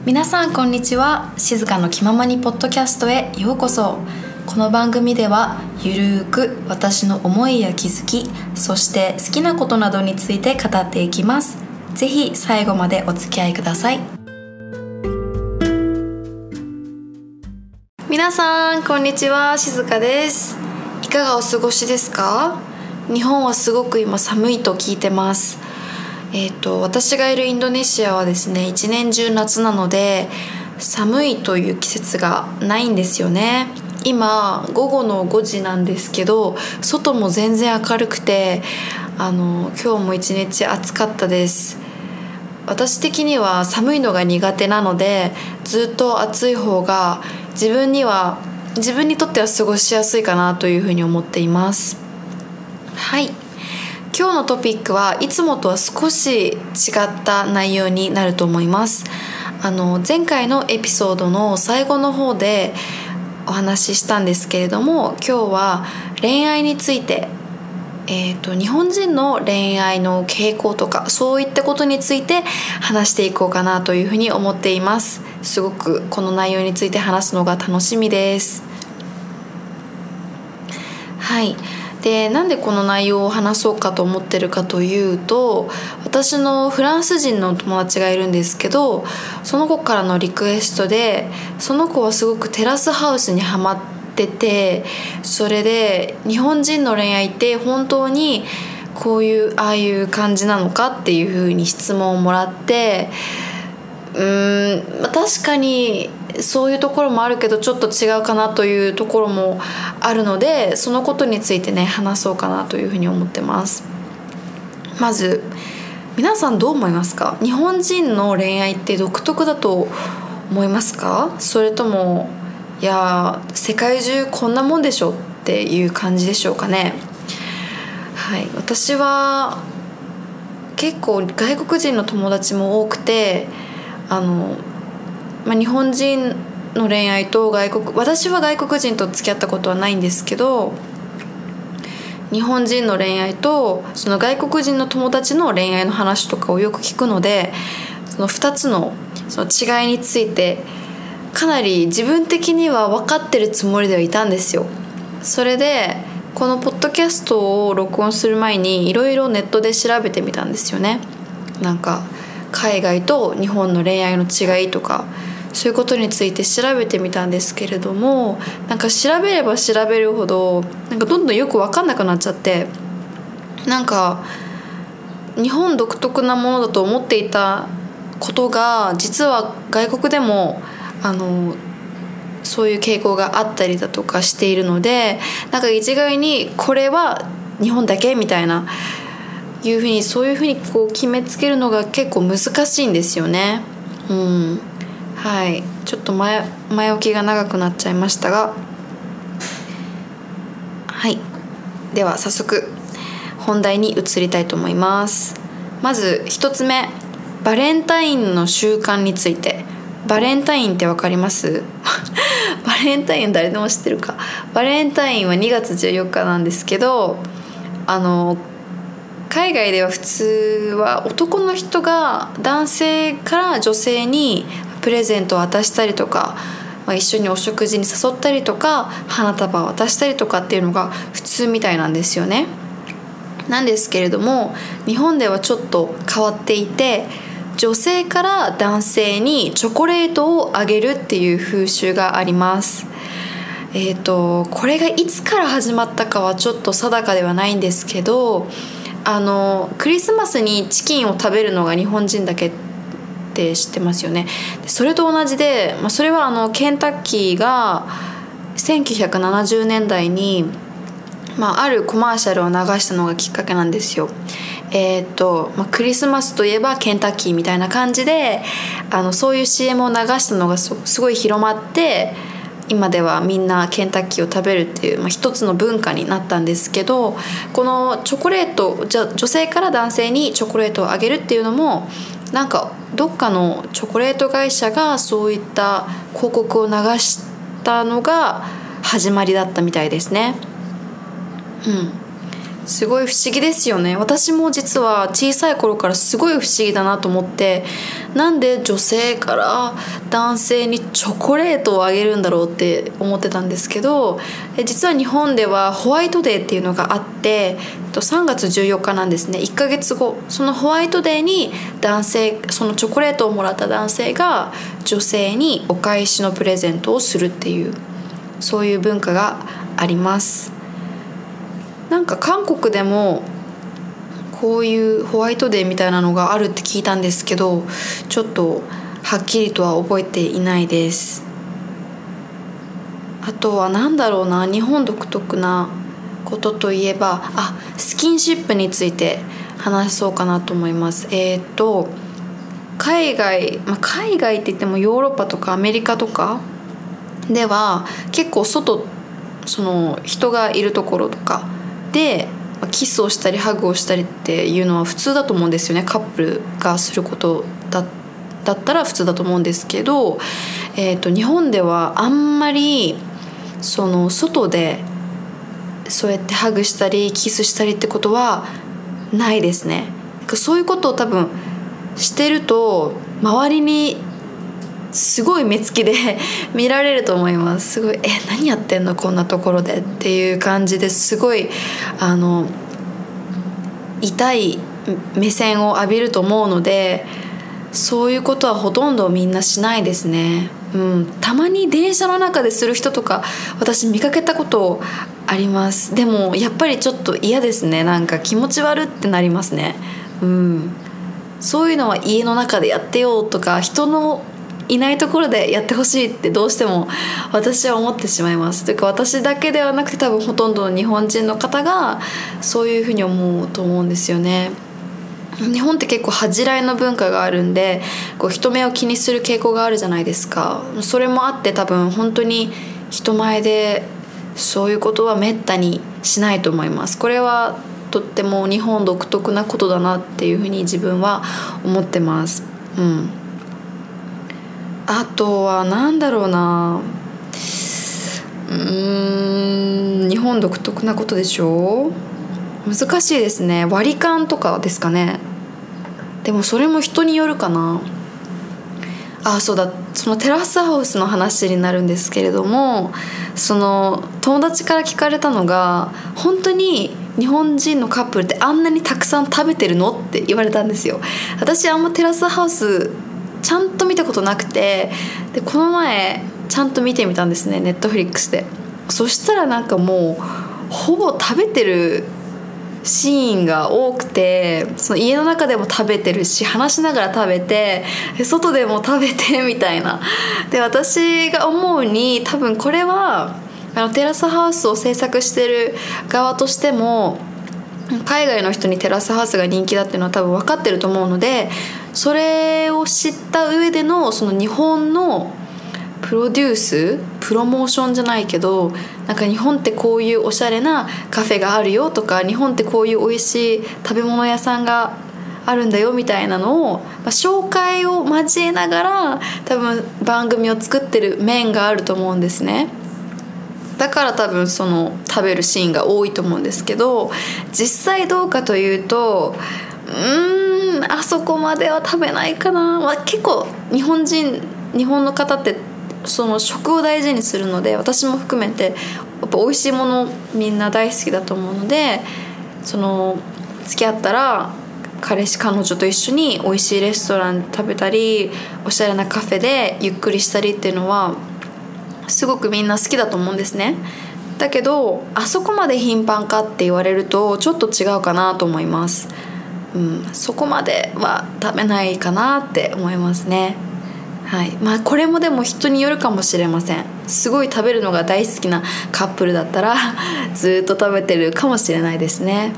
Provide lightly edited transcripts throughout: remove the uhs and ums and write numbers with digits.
皆さんこんにちは。静かの気ままにポッドキャストへようこそ。この番組ではゆるーく私の思いや気づき、そして好きなことなどについて語っていきます。ぜひ最後までお付き合いください。皆さんこんにちは、静香です。いかがお過ごしですか？日本はすごく今寒いと聞いてます。私がいるインドネシアはですね、一年中夏なので寒いという季節がないんですよね。今午後の5時なんですけど、外も全然明るくて今日も一日暑かったです。私的には寒いのが苦手なので、ずっと暑い方が自分にとっては過ごしやすいかなというふうに思っています。はい、今日のトピックはいつもとは少し違った内容になると思います。前回のエピソードの最後の方でお話ししたんですけれども、今日は恋愛について、日本人の恋愛の傾向とかそういったことについて話していこうかなというふうに思っています。すごくこの内容について話すのが楽しみです。はい。で、なんでこの内容を話そうかと思ってるかというと、私のフランス人の友達がいるんですけど、その子からのリクエストで、その子はすごくテラスハウスにハマってて、それで日本人の恋愛って本当にこういうああいう感じなのかっていうふうに質問をもらって、確かにそういうところもあるけどちょっと違うかなというところもあるので、そのことについてね話そうかなというふうに思ってます。まず皆さんどう思いますか？日本人の恋愛って独特だと思いますか？それともいや世界中こんなもんでしょっていう感じでしょうかね。はい、私は結構外国人の友達も多くて、日本人の恋愛と私は外国人と付き合ったことはないんですけど、日本人の恋愛とその外国人の友達の恋愛の話とかをよく聞くので、その2つのその違いについてかなり自分的には分かってるつもりではいたんですよ。それでこのポッドキャストを録音する前にいろいろネットで調べてみたんですよね。なんか海外と日本の恋愛の違いとかそういうことについて調べてみたんですけれども、なんか調べれば調べるほどなんかどんどんよく分かんなくなっちゃって、なんか日本独特なものだと思っていたことが実は外国でもそういう傾向があったりだとかしているので、なんか一概にこれは日本だけみたいなそういうふうにこう決めつけるのが結構難しいんですよね。はい、ちょっと前置きが長くなっちゃいましたが、はい、では早速本題に移りたいと思います。まず一つ目、バレンタインの習慣について。バレンタインってわかりますバレンタイン誰でも知ってるか。バレンタインは2月14日なんですけど、海外では普通は男の人が男性から女性にプレゼントを渡したりとか、一緒にお食事に誘ったりとか花束を渡したりとかっていうのが普通みたいなんですよね。なんですけれども、日本ではちょっと変わっていて、女性から男性にチョコレートをあげるっていう風習があります。これがいつから始まったかはちょっと定かではないんですけど、クリスマスにチキンを食べるのが日本人だけって知ってますよね。それと同じで、それはケンタッキーが1970年代に、あるコマーシャルを流したのがきっかけなんですよ。クリスマスといえばケンタッキーみたいな感じでそういう CM を流したのがすごい広まって、今ではみんなケンタッキーを食べるっていう、一つの文化になったんですけど、このチョコレート女性から男性にチョコレートをあげるっていうのも、なんかどっかのチョコレート会社がそういった広告を流したのが始まりだったみたいですね。 すごい不思議ですよね。私も実は小さい頃からすごい不思議だなと思って、なんで女性から男性にチョコレートをあげるんだろうって思ってたんですけど、実は日本ではホワイトデーっていうのがあって、3月14日なんですね。1ヶ月後、そのホワイトデーにそのチョコレートをもらった男性が女性にお返しのプレゼントをするっていう、そういう文化があります。なんか韓国でもこういうホワイトデーみたいなのがあるって聞いたんですけど、ちょっとはっきりとは覚えていないです。あとは何だろうな、日本独特なことといえば、スキンシップについて話そうかなと思います。海外って言ってもヨーロッパとかアメリカとかでは結構その人がいるところとかでキスをしたりハグをしたりっていうのは普通だと思うんですよね。カップルがすることだったら普通だと思うんですけど、日本ではあんまりその外でそうやってハグしたりキスしたりってことはないですね。そういうことを多分してると周りにすごい目つきで見られると思います。すごい何やってんのこんなところでっていう感じですごい痛い目線を浴びると思うので、そういうことはほとんどみんなしないですね。たまに電車の中でする人とか私見かけたことあります。でもやっぱりちょっと嫌ですね。なんか気持ち悪ってなりますね。そういうのは家の中でやってよとか、人のいないところでやってほしいってどうしても私は思ってしまいます。というか私だけではなくて多分ほとんどの日本人の方がそういうふうに思うと思うんですよね。日本って結構恥じらいの文化があるんで、人目を気にする傾向があるじゃないですか。それもあって多分本当に人前でそういうことはめったにしないと思います。これはとっても日本独特なことだなっていうふうに自分は思ってます。あとはなんだろうな、日本独特なことでしょ。難しいですね。割り勘とかですかね。でもそれも人によるかな。そうだ、そのテラスハウスの話になるんですけれども、その友達から聞かれたのが、本当に日本人のカップルってあんなにたくさん食べてるのって言われたんですよ。私あんまテラスハウスちゃんと見たことなくて、でこの前ちゃんと見てみたんですね、ネットフリックスで。そしたらなんかもうほぼ食べてるシーンが多くて、その家の中でも食べてるし、話しながら食べて、外でも食べてみたいな。で私が思うに多分これはテラスハウスを制作してる側としても海外の人にテラスハウスが人気だっていうのは多分分かってると思うので、それを知った上でのその日本のプロデュース、プロモーションじゃないけど、なんか日本ってこういうおしゃれなカフェがあるよとか、日本ってこういう美味しい食べ物屋さんがあるんだよみたいなのを、紹介を交えながら多分番組を作ってる面があると思うんですね。だから多分その食べるシーンが多いと思うんですけど、実際どうかというとあそこまでは食べないかな。結構日本の方ってその食を大事にするので、私も含めてやっぱ美味しいものみんな大好きだと思うので、その付き合ったら彼女と一緒に美味しいレストラン食べたり、おしゃれなカフェでゆっくりしたりっていうのはすごくみんな好きだと思うんですね。だけどあそこまで頻繁かって言われるとちょっと違うかなと思います。そこまでは食べないかなって思いますね。これもでも人によるかもしれません。すごい食べるのが大好きなカップルだったらずっと食べてるかもしれないですね。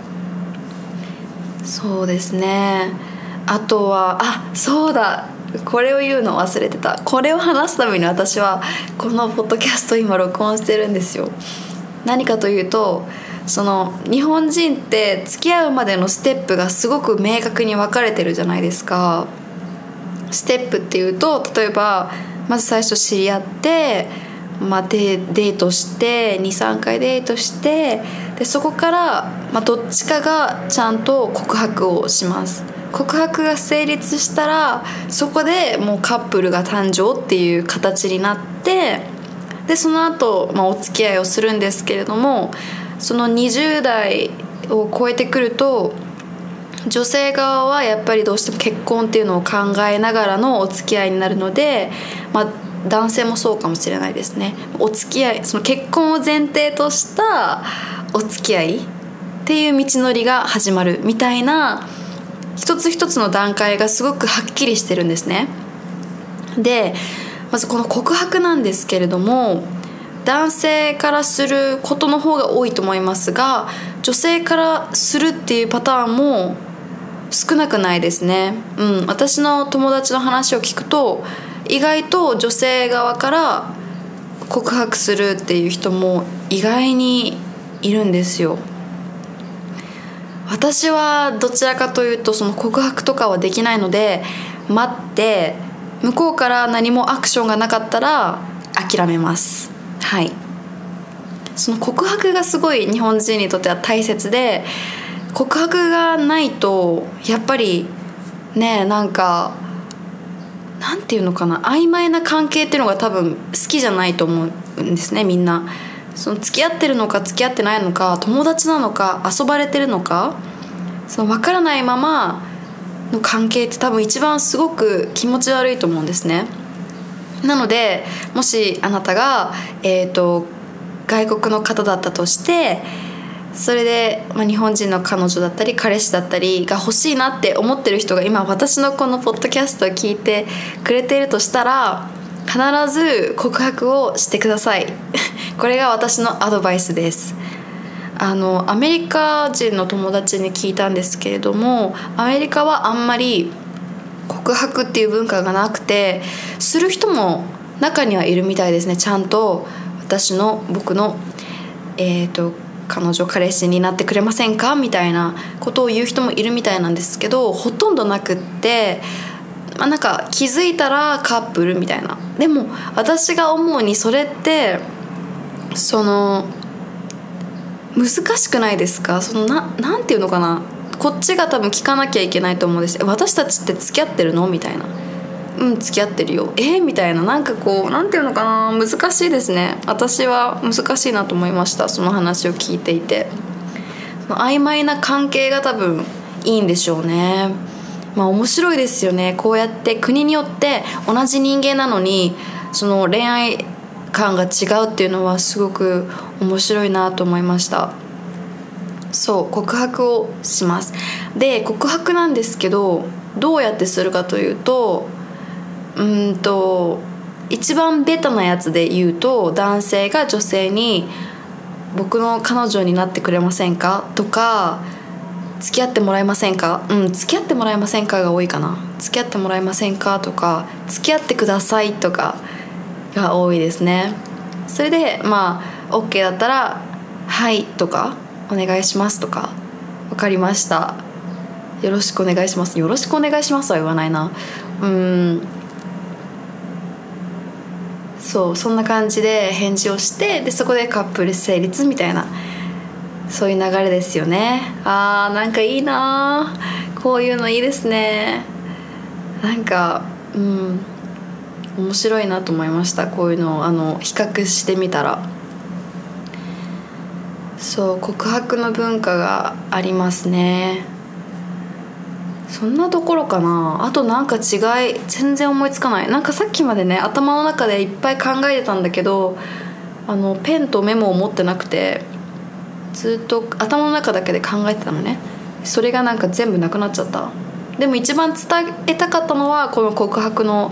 そうですね。あとはそうだ、これを言うの忘れてた。これを話すために私はこのポッドキャスト今録音してるんですよ。何かというと、その日本人って付き合うまでのステップがすごく明確に分かれてるじゃないですか。ステップっていうと、例えばまず最初知り合って、 デートして23回デートして、でそこから、どっちかがちゃんと告白をします。告白が成立したらそこでもうカップルが誕生っていう形になって、でその後、お付き合いをするんですけれども、その20代を超えてくると女性側はやっぱりどうしても結婚っていうのを考えながらのお付き合いになるので、男性もそうかもしれないですね。お付き合い、その結婚を前提としたお付き合いっていう道のりが始まるみたいな、一つ一つの段階がすごくはっきりしてるんですね。でまずこの告白なんですけれども、男性からすることの方が多いと思いますが、女性からするっていうパターンも少なくないですね。私の友達の話を聞くと、意外と女性側から告白するっていう人も意外にいるんですよ。私はどちらかというとその告白とかはできないので、待って向こうから何もアクションがなかったら諦めます。はい。その告白がすごい日本人にとっては大切で、告白がないとやっぱりね、なんていうのかな、曖昧な関係っていうのが多分好きじゃないと思うんですね、みんな。その付き合ってるのか付き合ってないのか、友達なのか遊ばれてるのか、その分からないままの関係って多分一番すごく気持ち悪いと思うんですね。なのでもしあなたが、外国の方だったとして、それで、日本人の彼女だったり彼氏だったりが欲しいなって思ってる人が今私のこのポッドキャストを聞いてくれているとしたら、必ず告白をしてくださいこれが私のアドバイスです。アメリカ人の友達に聞いたんですけれども、アメリカはあんまり告白っていう文化がなくて、する人も中にはいるみたいですね。ちゃんと僕の彼女彼氏になってくれませんかみたいなことを言う人もいるみたいなんですけど、ほとんどなくって、気づいたらカップルみたいな。でも私が思うにそれって難しくないですか？なんていうのかな、こっちが多分聞かなきゃいけないと思うんです。私たちって付き合ってるのみたいな。付き合ってるよ。みたいな、なんていうのかな、難しいですね。私は難しいなと思いました、その話を聞いていて。曖昧な関係が多分いいんでしょうね。面白いですよね。こうやって国によって同じ人間なのにその恋愛感が違うっていうのはすごく面白いなと思いました。そう、告白をします。で告白なんですけど、どうやってするかというと、一番ベタなやつで言うと、男性が女性に僕の彼女になってくれませんかとか、付き合ってもらえませんか、付き合ってもらえませんかが多いかな。付き合ってもらえませんかとか、付き合ってくださいとかが多いですね。それでOK だったらはいとか、お願いしますとか、分かりました、よろしくお願いします、よろしくお願いしますは言わないな。そんな感じで返事をして、でそこでカップル成立みたいな、そういう流れですよね。なんかいいな、こういうのいいですね。面白いなと思いました。こういうのを比較してみたら。告白の文化がありますね。そんなところかな。あと違い全然思いつかない。さっきまでね、頭の中でいっぱい考えてたんだけど、ペンとメモを持ってなくて、ずっと頭の中だけで考えてたのね。それが全部なくなっちゃった。でも一番伝えたかったのはこの告白の、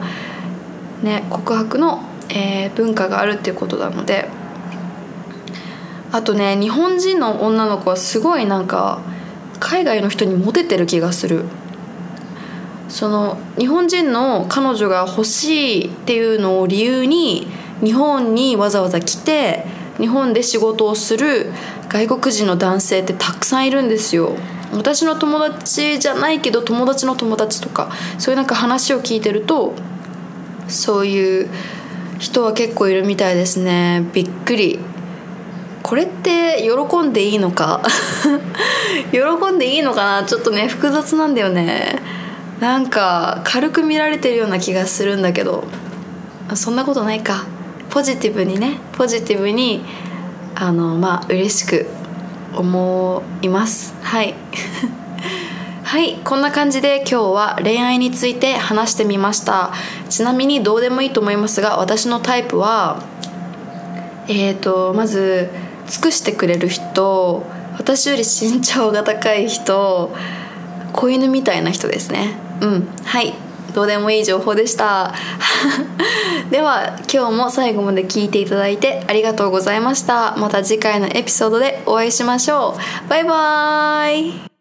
文化があるっていうことなので。あとね、日本人の女の子はすごい海外の人にモテてる気がする。日本人の彼女が欲しいっていうのを理由に日本にわざわざ来て日本で仕事をする外国人の男性ってたくさんいるんですよ。私の友達じゃないけど友達の友達とか、そういう話を聞いてると、そういう人は結構いるみたいですね。びっくり。これって喜んでいいのか喜んでいいのかな、ちょっとね複雑なんだよね。なんか軽く見られてるような気がするんだけど、そんなことないか。ポジティブに嬉しく思います。はいはい、こんな感じで今日は恋愛について話してみました。ちなみにどうでもいいと思いますが、私のタイプはまず尽くしてくれる人、私より身長が高い人、子犬みたいな人ですね。はい、どうでもいい情報でしたでは今日も最後まで聞いていただいてありがとうございました。また次回のエピソードでお会いしましょう。バイバーイ。